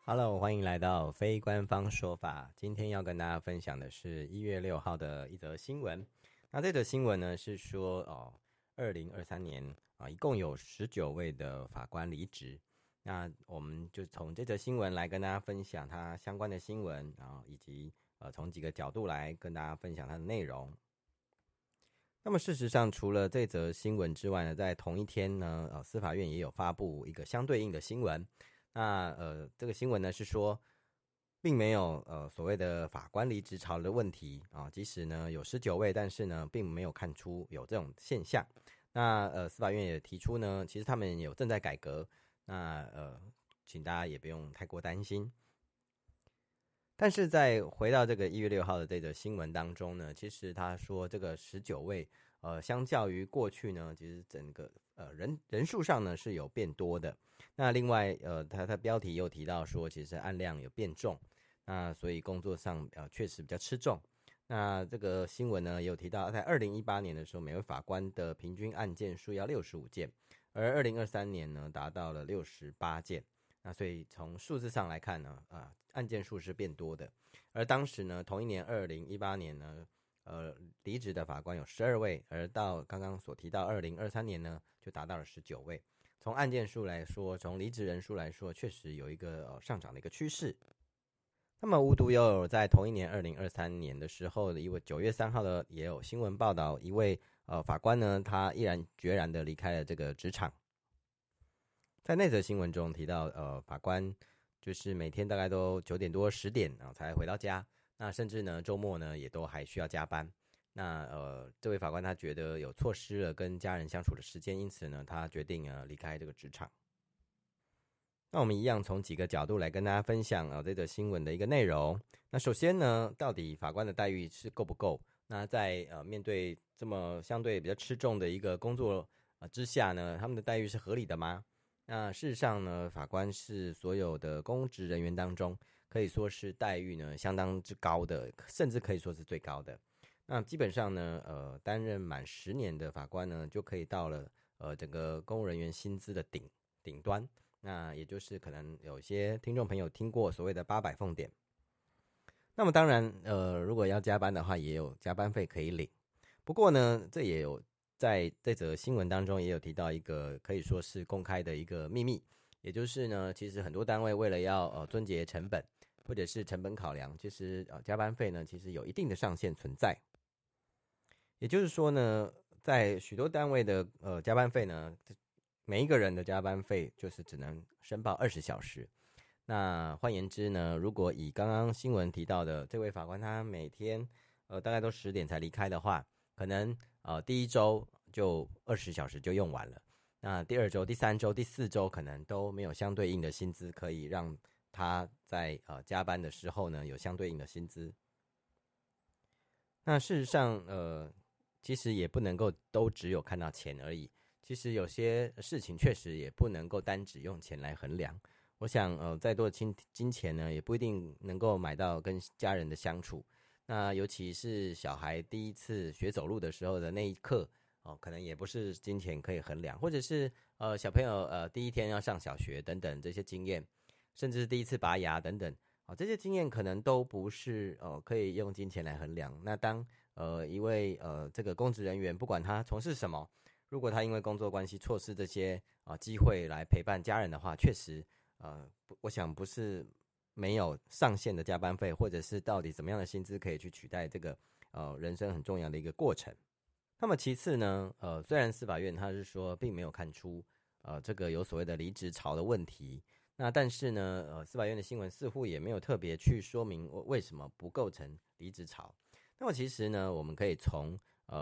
Hello，欢迎来到非官方说法。今天要跟大家分享的是1月6号的一则新闻。那这则新闻呢是说2023年一共有19位的法官离职。那我们就从这则新闻来跟大家分享它相关的新闻以及从几个角度来跟大家分享它的内容。那么事实上，除了这则新闻之外呢，在同一天呢，司法院也有发布一个相对应的新闻。那这个新闻呢是说，并没有所谓的法官离职潮的问题即使呢有19位，但是呢并没有看出有这种现象。那司法院也提出呢，其实他们有正在改革，那请大家也不用太过担心。但是在回到这个1月6号的这则新闻当中呢，其实他说这个19位，相较于过去呢，其实整个人数上呢是有变多的。那另外他的标题又提到说，其实案量有变重，那所以工作上确实比较吃重。那这个新闻呢也有提到，在2018年的时候，每位法官的平均案件数要65件，而2023年呢达到了68件。那所以从数字上来看呢，案件数是变多的。而当时呢，同一年2018年呢，离职的法官有12位，而到刚刚所提到2023年呢，就达到了19位。从案件数来说，从离职人数来说，确实有一个上涨的一个趋势。那么无独有偶，在同一年2023年的时候，因为9月3号的也有新闻报道，一位法官呢，他毅然决然的离开了这个职场。在那则新闻中提到，法官就是每天大概都9点多10点才回到家，那甚至呢周末呢也都还需要加班。那这位法官他觉得有错失了跟家人相处的时间，因此呢他决定离开这个职场。那我们一样从几个角度来跟大家分享这则新闻的一个内容。那首先呢，到底法官的待遇是够不够？那在面对这么相对比较吃重的一个工作之下呢，他们的待遇是合理的吗？那事实上呢，法官是所有的公职人员当中，可以说是待遇呢相当之高的，甚至可以说是最高的。那基本上呢，担任满10年的法官呢，就可以到了整个公务人员薪资的顶端。那也就是可能有些听众朋友听过所谓的800俸点。那么当然，如果要加班的话，也有加班费可以领。不过呢，这也有在这则新闻当中也有提到一个可以说是公开的一个秘密，也就是呢，其实很多单位为了要遵节成本或者是成本考量，其实加班费呢其实有一定的上限存在。也就是说呢，在许多单位的加班费呢，每一个人的加班费就是只能申报20小时。那换言之呢，如果以刚刚新闻提到的这位法官他每天大概都10点才离开的话，可能第一周就20小时就用完了，那第2周、第3周、第4周可能都没有相对应的薪资可以让他在加班的时候呢有相对应的薪资。那事实上其实也不能够都只有看到钱而已，其实有些事情确实也不能够单只用钱来衡量。我想再多的金钱呢也不一定能够买到跟家人的相处。那尤其是小孩第一次学走路的时候的那一刻可能也不是金钱可以衡量，或者是小朋友第一天要上小学等等这些经验，甚至是第一次拔牙等等这些经验可能都不是可以用金钱来衡量。那当一位这个公职人员不管他从事什么，如果他因为工作关系错失这些机会来陪伴家人的话，确实我想不是没有上限的加班费，或者是到底怎么样的薪资可以去取代这个人生很重要的一个过程。那么其次呢，虽然司法院他是说并没有看出这个有所谓的离职潮的问题，那但是呢司法院的新闻似乎也没有特别去说明为什么不构成离职潮。那么其实呢，我们可以从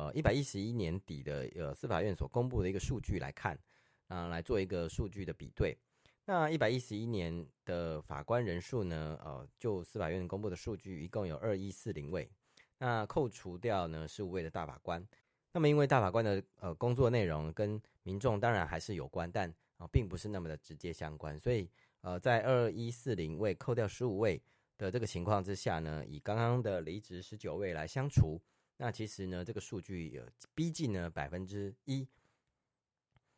111年底的司法院所公布的一个数据来看来做一个数据的比对。那111年的法官人数呢就司法院公布的数据一共有2140位，那扣除掉呢15位的大法官。那么因为大法官的工作内容跟民众当然还是有关，但并不是那么的直接相关，所以在2140位扣掉15位的这个情况之下呢，以刚刚的离职19位来相除，那其实呢这个数据有逼近呢1%。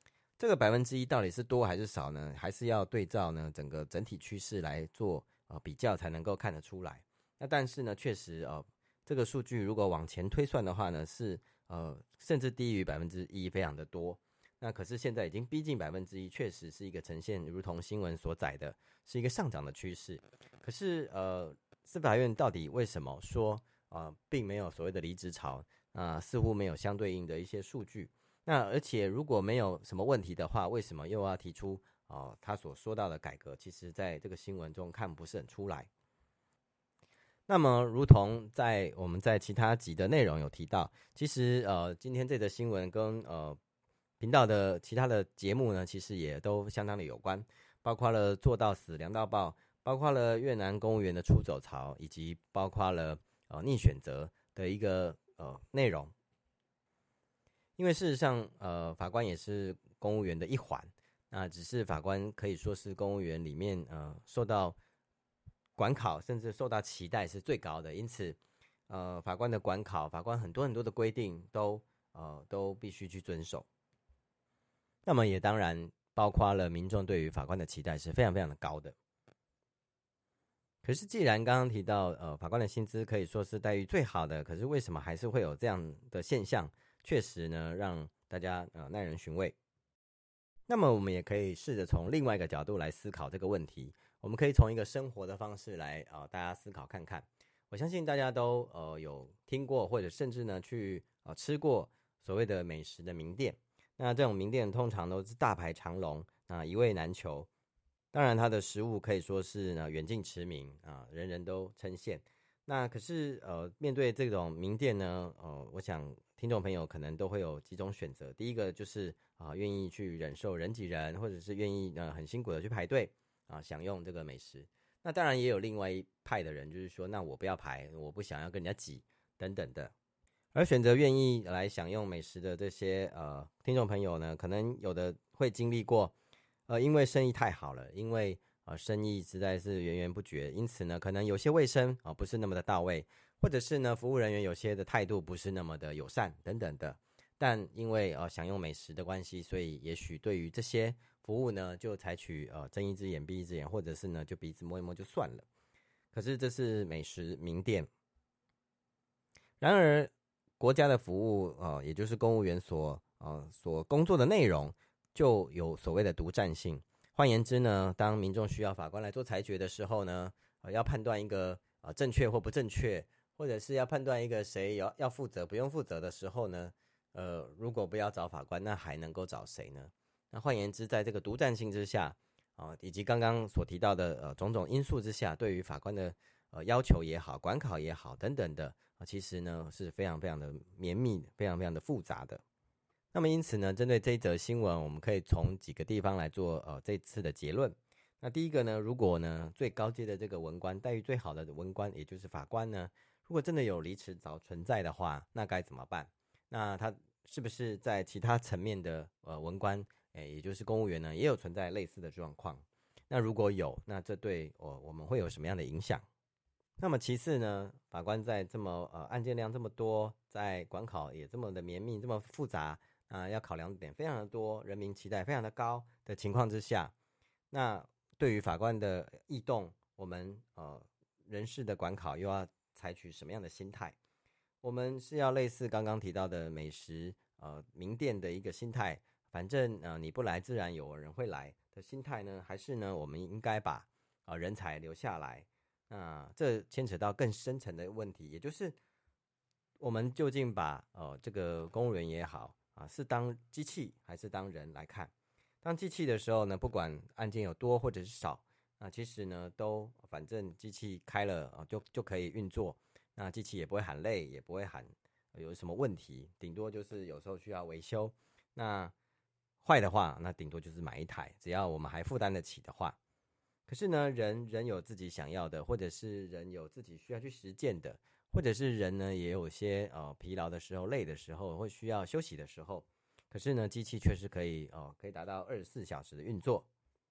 这个1%到底是多还是少呢？还是要对照呢整体趋势来做比较才能够看得出来。那但是呢，确实这个数据如果往前推算的话呢，是甚至低于1%，非常的多。那可是现在已经逼近1%，确实是一个呈现如同新闻所载的，是一个上涨的趋势。可是司法院到底为什么说并没有所谓的离职潮？似乎没有相对应的一些数据。那而且如果没有什么问题的话，为什么又要提出他所说到的改革？其实在这个新闻中看不是很出来。那么如同我们在其他集的内容有提到，其实今天这则新闻跟频道的其他的节目呢，其实也都相当的有关，包括了做到死粮到爆，包括了越南公务员的出走潮，以及包括了逆选择的一个内容。因为事实上法官也是公务员的一环，那只是法官可以说是公务员里面受到管考甚至受到期待是最高的，因此法官的管考，法官很多很多的规定都必须去遵守。那么也当然包括了民众对于法官的期待是非常非常的高的。可是既然刚刚提到法官的薪资可以说是待遇最好的，可是为什么还是会有这样的现象？确实呢让大家耐人寻味。那么我们也可以试着从另外一个角度来思考这个问题，我们可以从一个生活的方式来大家思考看看。我相信大家都有听过，或者甚至呢去吃过所谓的美食的名店。那这种名店通常都是大排长龙，一味难求。当然它的食物可以说是远近驰名人人都称羡。那可是面对这种名店呢我想听众朋友可能都会有几种选择。第一个就是愿意去忍受人挤人，或者是愿意很辛苦的去排队享用这个美食。那当然也有另外一派的人，就是说那我不要排，我不想要跟人家挤等等的。而选择愿意来享用美食的这些听众朋友呢，可能有的会经历过因为生意太好了，因为生意实在是源源不绝，因此呢可能有些卫生不是那么的到位，或者是呢服务人员有些的态度不是那么的友善等等的。但因为享用美食的关系，所以也许对于这些服务呢就采取睁一只眼闭一只眼，或者是呢就鼻子摸一摸就算了。可是这是美食名店。然而国家的服务也就是公务员所工作的内容就有所谓的独占性。换言之呢，当民众需要法官来做裁决的时候呢要判断一个正确或不正确，或者是要判断一个谁要负责不用负责的时候呢如果不要找法官，那还能够找谁呢？那换言之，在这个独占性之下以及刚刚所提到的种种因素之下，对于法官的要求也好，管考也好等等的其实呢是非常非常的绵密，非常非常的复杂的。那么因此呢，针对这一则新闻，我们可以从几个地方来做这次的结论。那第一个呢，如果呢最高阶的这个文官，待遇最好的文官，也就是法官呢，如果真的有离职潮存在的话，那该怎么办？那他是不是在其他层面的文官也就是公务员呢也有存在类似的状况？那如果有，那这对我们会有什么样的影响？那么其次呢，法官在这么案件量这么多，在管考也这么的绵密，这么复杂要考量的点非常的多，人民期待非常的高的情况之下，那对于法官的异动，我们人事的管考又要采取什么样的心态？我们是要类似刚刚提到的美食名店的一个心态，反正你不来自然有人会来的心态呢，还是呢我们应该把人才留下来？这牵扯到更深层的问题，也就是我们究竟把这个公务员也好是当机器还是当人来看？当机器的时候呢，不管案件有多或者是少，其实呢都反正机器开了就可以运作，那机器也不会喊累，也不会喊有什么问题，顶多就是有时候需要维修。那坏的话，那顶多就是买一台，只要我们还负担得起的话。可是呢，人有自己想要的，或者是人有自己需要去实践的，或者是人呢也有些疲劳的时候、累的时候，或需要休息的时候。可是呢，机器却是可以达到24小时的运作。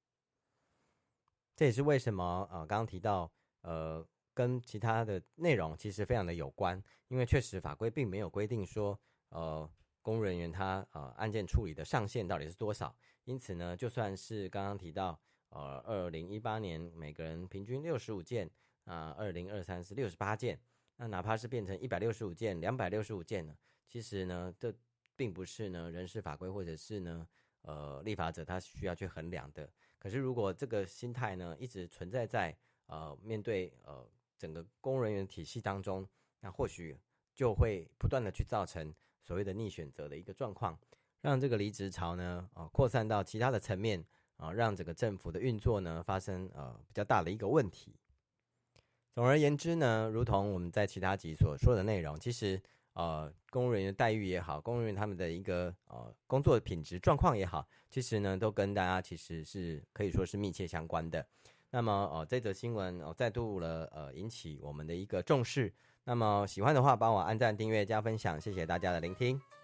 这也是为什么刚刚提到跟其他的内容其实非常的有关，因为确实法规并没有规定说公务人员他案件处理的上限到底是多少， 因此呢，就算是刚刚提到2018年每个人平均65件，2023是68件，那哪怕是变成165件、265件呢，其实呢，这并不是呢人事法规或者是呢立法者他需要去衡量的。可是如果这个心态呢一直存在在面对整个公务人员体系当中，那或许就会不断的去造成所谓的逆选择的一个状况，让这个离职潮呢扩散到其他的层面让整个政府的运作呢发生比较大的一个问题。总而言之呢，如同我们在其他集所说的内容，其实公务人员待遇也好，公务人员他们的一个工作品质状况也好，其实呢都跟大家其实是可以说是密切相关的。那么这则新闻再度了引起我们的一个重视。那么喜欢的话，帮我按赞、订阅、加分享，谢谢大家的聆听。